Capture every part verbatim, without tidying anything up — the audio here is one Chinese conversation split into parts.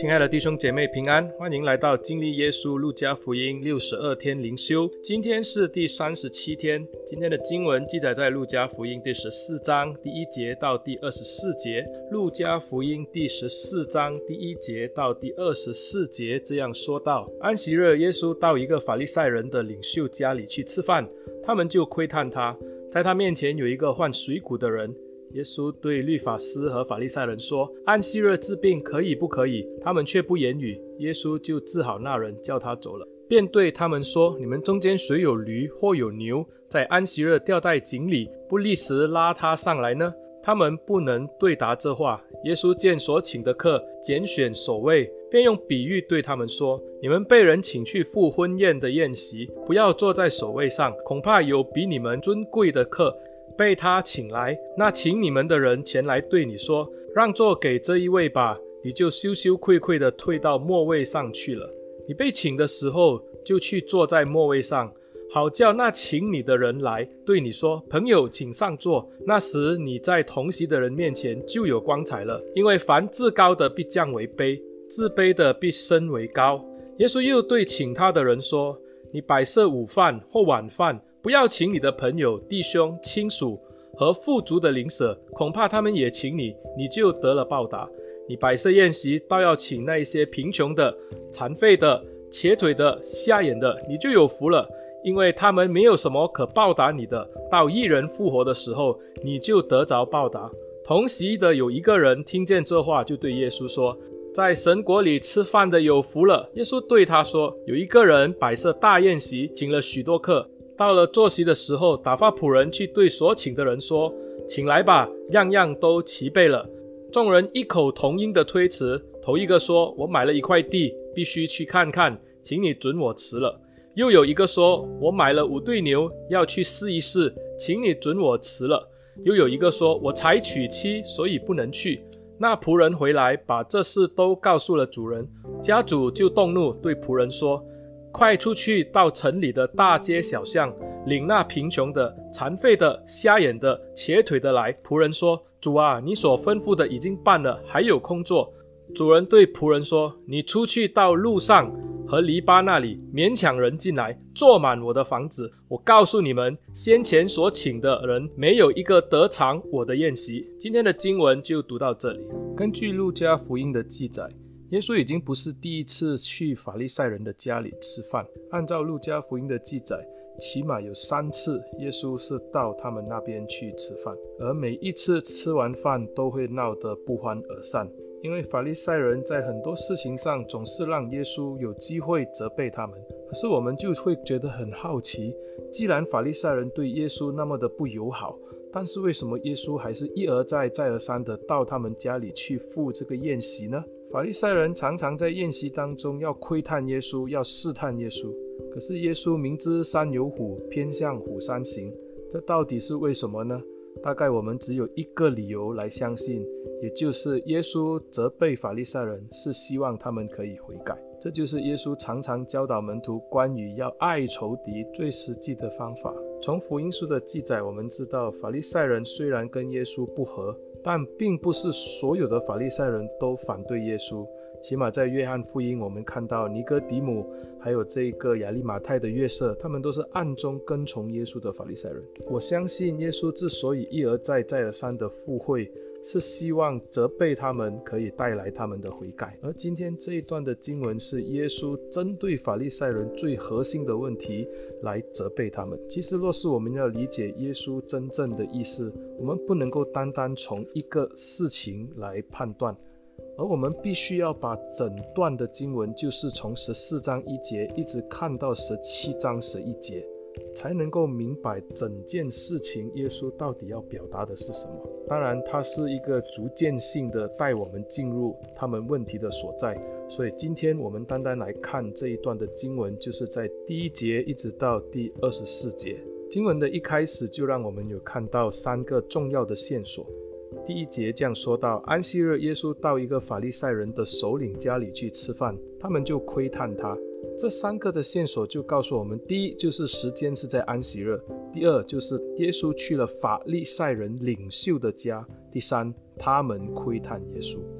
亲爱的弟兄姐妹平安，欢迎来到经历耶稣路加福音六十二天灵修。今天是第三十七天，今天的经文记载在路加福音第十四章第一节到第二十四节。路加福音第十四章第一节到第二十四节这样说道：安息日，耶稣到一个法利赛人的领袖家里去吃饭，他们就窥探他，在他面前有一个患水谷的人。耶稣对律法师和法利赛人说，安息日治病可以不可以？他们却不言语。耶稣就治好那人，叫他走了，便对他们说，你们中间谁有驴或有牛，在安息日掉在井里，不立时拉他上来呢？他们不能对答这话。耶稣见所请的客拣选首位，便用比喻对他们说，你们被人请去赴婚宴的宴席，不要坐在首位上，恐怕有比你们尊贵的客被他请来，那请你们的人前来对你说，让座给这一位吧，你就羞羞愧愧地退到末位上去了。你被请的时候，就去坐在末位上，好叫那请你的人来对你说，朋友，请上座。那时你在同席的人面前就有光彩了，因为凡自高的必降为卑，自卑的必升为高。耶稣又对请他的人说，你摆设午饭或晚饭，不要请你的朋友、弟兄、亲属和富足的邻舍，恐怕他们也请你，你就得了报答。你摆设宴席，倒要请那一些贫穷的、残废的、瘸腿的、瞎眼的，你就有福了，因为他们没有什么可报答你的，到一人复活的时候，你就得着报答。同席的有一个人听见这话，就对耶稣说，在神国里吃饭的有福了。耶稣对他说，有一个人摆设大宴席，请了许多客，到了坐席的时候，打发仆人去对所请的人说，请来吧，样样都齐备了。众人异口同音的推辞，头一个说，我买了一块地，必须去看看，请你准我辞了。又有一个说，我买了五对牛，要去试一试，请你准我辞了。又有一个说，我才娶妻，所以不能去。那仆人回来，把这事都告诉了主人，家主就动怒，对仆人说，快出去到城里的大街小巷，领那贫穷的、残废的、瞎眼的、瘸腿的来。仆人说，主啊，你所吩咐的已经办了，还有空座。主人对仆人说，你出去到路上和篱笆那里，勉强人进来，坐满我的房子。我告诉你们，先前所请的人没有一个得尝我的宴席。今天的经文就读到这里。根据路加福音的记载，耶稣已经不是第一次去法利赛人的家里吃饭。按照路加福音的记载，起码有三次耶稣是到他们那边去吃饭，而每一次吃完饭都会闹得不欢而散，因为法利赛人在很多事情上总是让耶稣有机会责备他们。可是我们就会觉得很好奇，既然法利赛人对耶稣那么的不友好，但是为什么耶稣还是一而再再而三的到他们家里去赴这个宴席呢？法利赛人常常在宴席当中要窥探耶稣，要试探耶稣，可是耶稣明知山有虎，偏向虎山行，这到底是为什么呢？大概我们只有一个理由来相信，也就是耶稣责备法利赛人是希望他们可以悔改。这就是耶稣常常教导门徒关于要爱仇敌最实际的方法。从福音书的记载我们知道，法利赛人虽然跟耶稣不合，但并不是所有的法利赛人都反对耶稣。起码在约翰福音我们看到尼哥底母还有这个亚利马太的约瑟，他们都是暗中跟从耶稣的法利赛人。我相信耶稣之所以一而再再而三的赴会，是希望责备他们，可以带来他们的悔改。而今天这一段的经文是耶稣针对法利赛人最核心的问题来责备他们。其实若是我们要理解耶稣真正的意思，我们不能够单单从一个事情来判断，而我们必须要把整段的经文，就是从十四章一节一直看到十七章十一节，才能够明白整件事情耶稣到底要表达的是什么。当然它是一个逐渐性的带我们进入他们问题的所在，所以今天我们单单来看这一段的经文，就是在第一节一直到第二十四节。经文的一开始就让我们有看到三个重要的线索。第一节这样说到，安息日耶稣到一个法利赛人的首领家里去吃饭，他们就窥探他。这三个的线索就告诉我们，第一就是时间是在安息日，第二就是耶稣去了法利赛人领袖的家，第三他们窥探耶稣。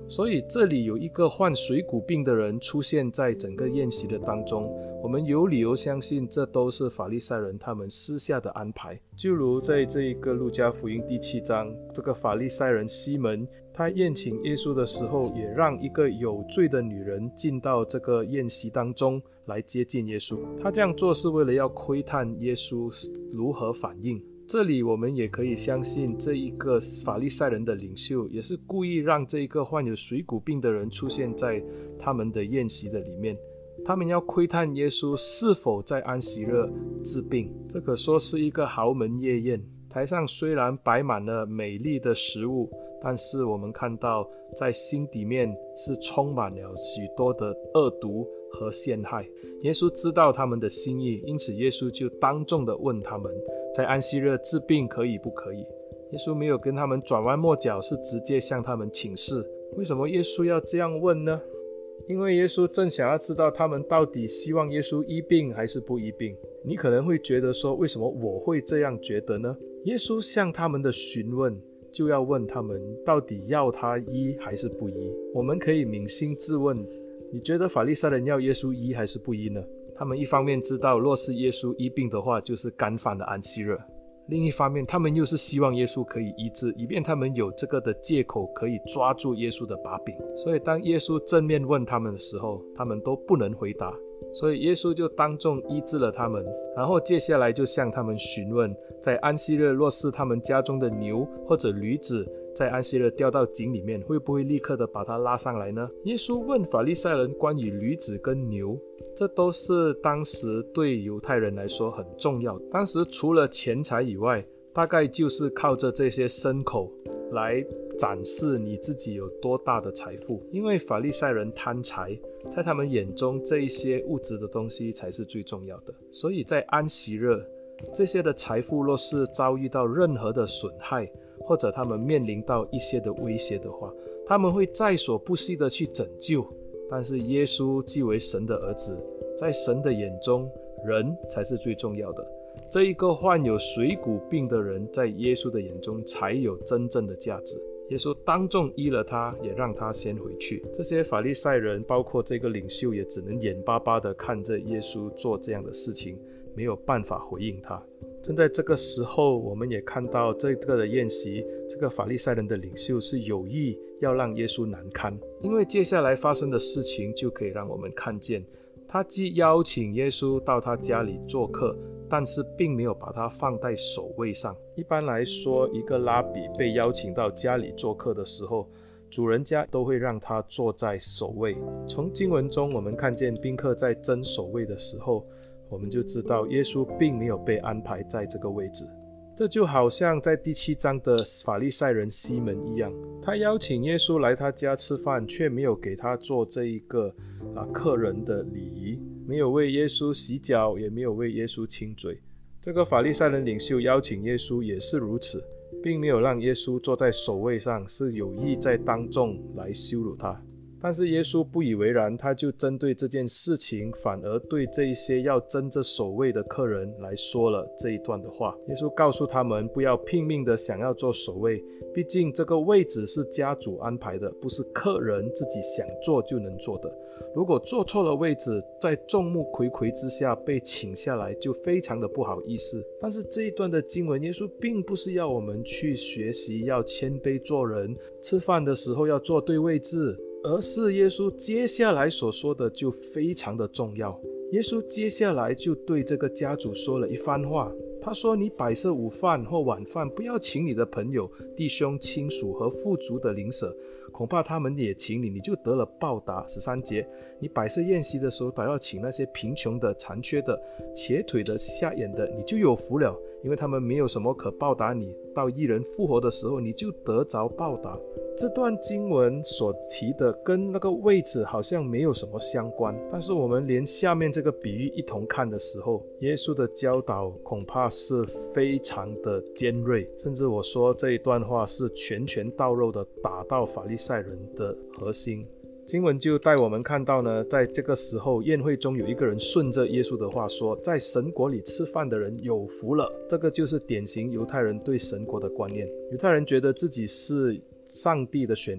所以这里有一个患水谷病的人出现在整个宴席的当中，我们有理由相信这都是法利赛人他们私下的安排。就如在这一个路加福音第七章，这个法利赛人西门，他宴请耶稣的时候，也让一个有罪的女人进到这个宴席当中来接近耶稣。他这样做是为了要窥探耶稣如何反应。这里我们也可以相信，这一个法利赛人的领袖也是故意让这一个患有水谷病的人出现在他们的宴席的里面，他们要窥探耶稣是否在安息日治病。这可说是一个豪门夜宴，台上虽然摆满了美丽的食物，但是我们看到在心底面是充满了许多的恶毒和陷害。耶稣知道他们的心意，因此耶稣就当众的问他们，在安息日治病可以不可以？耶稣没有跟他们转弯抹角，是直接向他们请示。为什么耶稣要这样问呢？因为耶稣正想要知道他们到底希望耶稣医病还是不医病。你可能会觉得说，为什么我会这样觉得呢？耶稣向他们的询问，就要问他们到底要他医还是不医。我们可以扪心自问，你觉得法利赛人要耶稣医还是不医呢？他们一方面知道，若是耶稣医病的话，就是干犯了安息日；另一方面，他们又是希望耶稣可以医治，以便他们有这个的借口可以抓住耶稣的把柄。所以当耶稣正面问他们的时候，他们都不能回答，所以耶稣就当众医治了他们。然后接下来就向他们询问，在安息日若是他们家中的牛或者驴子在安息日掉到井里面，会不会立刻的把它拉上来呢？耶稣问法利赛人关于驴子跟牛，这都是当时对犹太人来说很重要。当时除了钱财以外，大概就是靠着这些牲口来展示你自己有多大的财富。因为法利赛人贪财，在他们眼中这一些物质的东西才是最重要的。所以在安息日，这些的财富若是遭遇到任何的损害，或者他们面临到一些的威胁的话，他们会在所不惜的去拯救。但是耶稣既为神的儿子，在神的眼中，人才是最重要的。这一个患有水谷病的人，在耶稣的眼中才有真正的价值。耶稣当众医了他，也让他先回去。这些法利赛人，包括这个领袖，也只能眼巴巴地看着耶稣做这样的事情，没有办法回应他。正在这个时候，我们也看到这个的宴席，这个法利赛人的领袖是有意要让耶稣难堪，因为接下来发生的事情就可以让我们看见，他既邀请耶稣到他家里做客，但是并没有把他放在首位上。一般来说，一个拉比被邀请到家里做客的时候，主人家都会让他坐在首位。从经文中我们看见宾客在争首位的时候，我们就知道耶稣并没有被安排在这个位置。这就好像在第七章的法利赛人西门一样，他邀请耶稣来他家吃饭，却没有给他做这一个、啊、客人的礼仪，没有为耶稣洗脚，也没有为耶稣亲嘴。这个法利赛人领袖邀请耶稣也是如此，并没有让耶稣坐在首位上，是有意在当众来羞辱他。但是耶稣不以为然，他就针对这件事情，反而对这一些要争这首位的客人来说了这一段的话。耶稣告诉他们，不要拼命的想要做首位，毕竟这个位置是家主安排的，不是客人自己想坐就能坐的。如果坐错了位置，在众目睽睽之下被请下来，就非常的不好意思。但是这一段的经文，耶稣并不是要我们去学习要谦卑做人，吃饭的时候要坐对位置，而是耶稣接下来所说的就非常的重要。耶稣接下来就对这个家主说了一番话，他说，你摆设午饭或晚饭，不要请你的朋友、弟兄、亲属和富足的邻舍，恐怕他们也请你，你就得了报答。十三节，你摆设宴席的时候，倒要请那些贫穷的、残缺的、瘸腿的、瞎眼的，你就有福了，因为他们没有什么可报答你，到义人复活的时候，你就得着报答。这段经文所提的跟那个位置好像没有什么相关，但是我们连下面这个比喻一同看的时候，耶稣的教导恐怕是非常的尖锐，甚至我说这一段话是拳拳到肉的打到法利赛人的核心。经文就带我们看到呢，在这个时候宴会中有一个人顺着耶稣的话说，在神国里吃饭的人有福了。这个就是典型犹太人对神国的观念。犹太人觉得自己是上帝的选民，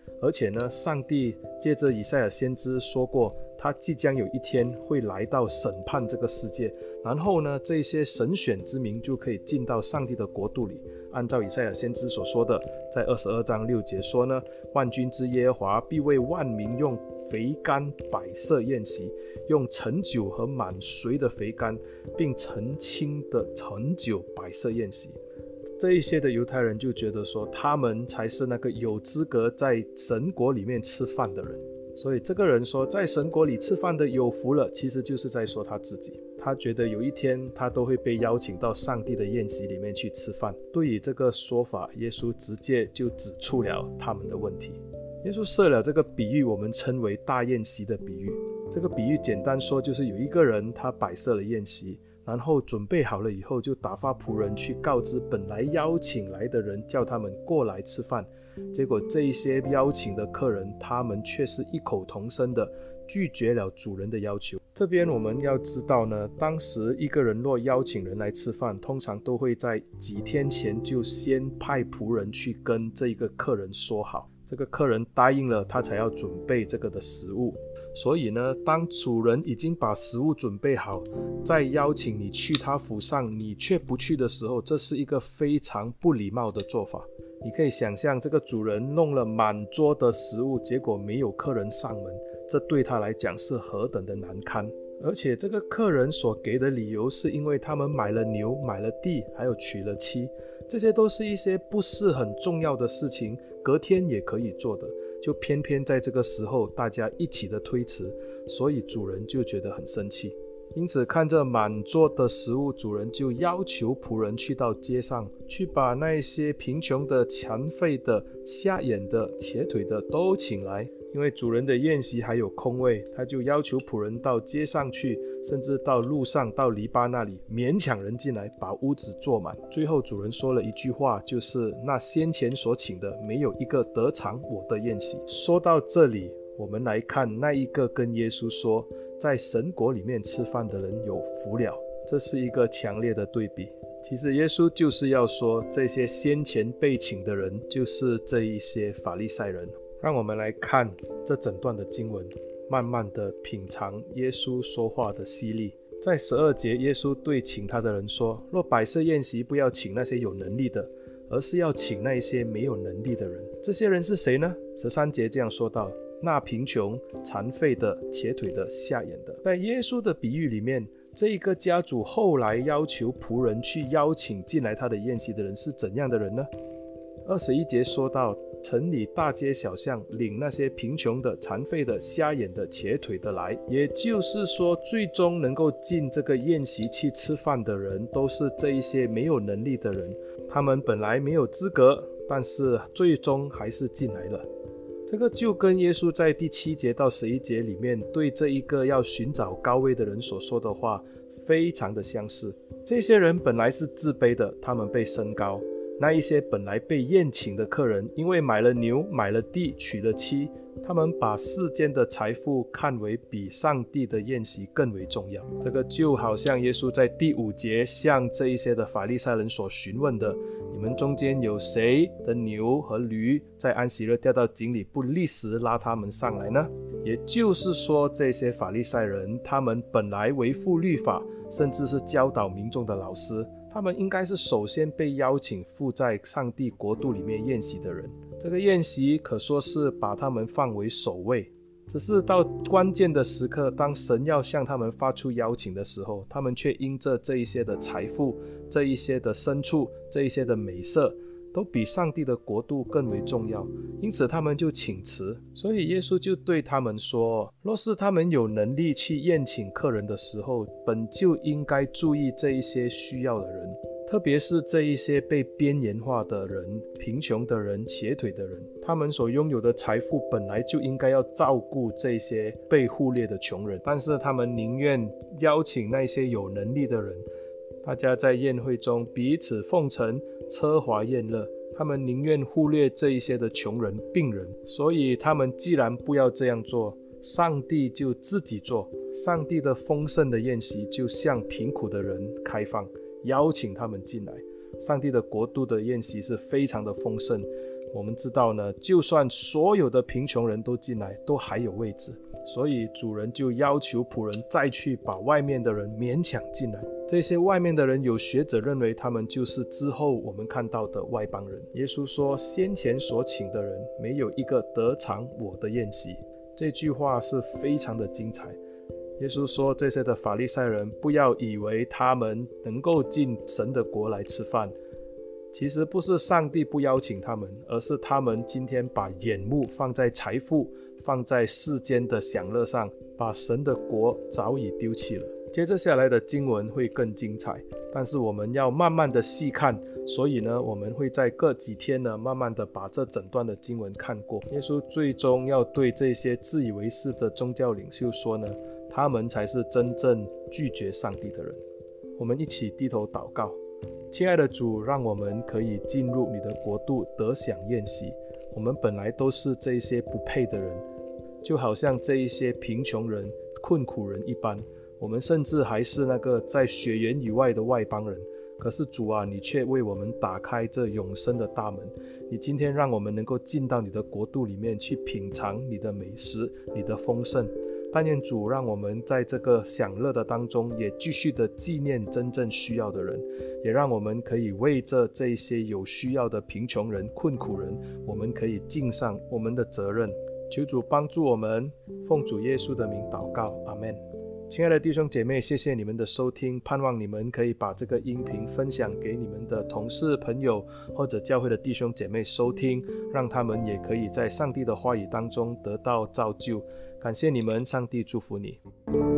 而且呢，上帝借着以赛亚先知说过，他即将有一天会来到审判这个世界，然后呢，这些神选之民就可以进到上帝的国度里。按照以赛亚先知所说的，在二十二章六节说呢，万军之耶和华必为万民用肥甘摆设宴席，用陈酒和满髓的肥甘，并澄清的陈酒摆设宴席。这一些的犹太人就觉得说，他们才是那个有资格在神国里面吃饭的人。所以这个人说，在神国里吃饭的有福了，其实就是在说他自己。他觉得有一天他都会被邀请到上帝的宴席里面去吃饭。对于这个说法，耶稣直接就指出了他们的问题。耶稣设了这个比喻，我们称为大宴席的比喻。这个比喻简单说，就是有一个人他摆设了宴席，然后准备好了以后，就打发仆人去告知本来邀请来的人，叫他们过来吃饭。结果这一些邀请的客人，他们却是异口同声的拒绝了主人的要求。这边我们要知道呢，当时一个人若邀请人来吃饭，通常都会在几天前就先派仆人去跟这一个客人说好，这个客人答应了，他才要准备这个的食物。所以呢，当主人已经把食物准备好，再邀请你去他府上，你却不去的时候，这是一个非常不礼貌的做法。你可以想象，这个主人弄了满桌的食物，结果没有客人上门，这对他来讲是何等的难堪。而且这个客人所给的理由是因为他们买了牛，买了地，还有娶了妻，这些都是一些不是很重要的事情，隔天也可以做的，就偏偏在这个时候大家一起的推迟，所以主人就觉得很生气。因此看着满桌的食物，主人就要求仆人去到街上，去把那些贫穷的、残废的、瞎眼的、瘸腿的都请来。因为主人的宴席还有空位，他就要求仆人到街上去，甚至到路上，到篱笆那里勉强人进来，把屋子坐满。最后主人说了一句话，就是那先前所请的没有一个得偿我的宴席。说到这里，我们来看那一个跟耶稣说在神国里面吃饭的人有福了，这是一个强烈的对比。其实耶稣就是要说，这些先前被请的人就是这一些法利赛人。让我们来看这整段的经文，慢慢的品尝耶稣说话的犀利。在十二节，耶稣对请他的人说，若摆设宴席，不要请那些有能力的，而是要请那些没有能力的人。这些人是谁呢？十三节这样说道，那贫穷、残废的、瘸腿的、瞎眼的。在耶稣的比喻里面，这一个家主后来要求仆人去邀请进来他的宴席的人是怎样的人呢？二十一节说到，城里大街小巷领那些贫穷的、残废的、瞎眼的、瘸腿的来，也就是说，最终能够进这个宴席去吃饭的人，都是这一些没有能力的人。他们本来没有资格，但是最终还是进来了。这个就跟耶稣在第七节到十一节里面对这一个要寻找高位的人所说的话非常的相似。这些人本来是自卑的，他们被升高。那一些本来被宴请的客人，因为买了牛，买了地，娶了妻，他们把世间的财富看为比上帝的宴席更为重要。这个就好像耶稣在第五节向这一些的法利赛人所询问的，你们中间有谁的牛和驴在安息日掉到井里，不立时拉他们上来呢？也就是说，这些法利赛人，他们本来维护律法，甚至是教导民众的老师，他们应该是首先被邀请赴在上帝国度里面宴席的人。这个宴席可说是把他们放为首位，只是到关键的时刻，当神要向他们发出邀请的时候，他们却因着这一些的财富，这一些的牲畜，这一些的美色，都比上帝的国度更为重要，因此他们就请辞。所以耶稣就对他们说，若是他们有能力去宴请客人的时候，本就应该注意这一些需要的人，特别是这一些被边缘化的人、贫穷的人、瘸腿的人，他们所拥有的财富本来就应该要照顾这些被忽略的穷人，但是他们宁愿邀请那些有能力的人，大家在宴会中彼此奉承，奢华宴乐，他们宁愿忽略这一些的穷人、病人。所以他们既然不要这样做，上帝就自己做。上帝的丰盛的宴席就向贫苦的人开放，邀请他们进来。上帝的国度的宴席是非常的丰盛， 我们知道呢，就算所有的贫穷人都进来，都还有位置，所以主人就要求仆人再去把外面的人勉强进来。这些外面的人，有学者认为他们就是之后我们看到的外邦人。耶稣说，先前所请的人，没有一个得尝我的宴席。这句话是非常的精彩。耶稣说，这些的法利赛人不要以为他们能够进神的国来吃饭，其实不是上帝不邀请他们，而是他们今天把眼目放在财富，放在世间的享乐上，把神的国早已丢弃了。接着下来的经文会更精彩，但是我们要慢慢的细看，所以呢，我们会在各几天呢，慢慢的把这整段的经文看过。耶稣最终要对这些自以为是的宗教领袖说呢，他们才是真正拒绝上帝的人。我们一起低头祷告。亲爱的主，让我们可以进入你的国度，得享宴席。我们本来都是这一些不配的人，就好像这一些贫穷人、困苦人一般，我们甚至还是那个在血缘以外的外邦人。可是主啊，你却为我们打开这永生的大门，你今天让我们能够进到你的国度里面去品尝你的美食、你的丰盛。但愿主让我们在这个享乐的当中，也继续的纪念真正需要的人，也让我们可以为着这一些有需要的贫穷人、困苦人，我们可以尽上我们的责任。求主帮助我们，奉主耶稣的名祷告，阿们。亲爱的弟兄姐妹，谢谢你们的收听，盼望你们可以把这个音频分享给你们的同事、朋友或者教会的弟兄姐妹收听，让他们也可以在上帝的话语当中得到造就。感谢你们，上帝祝福你。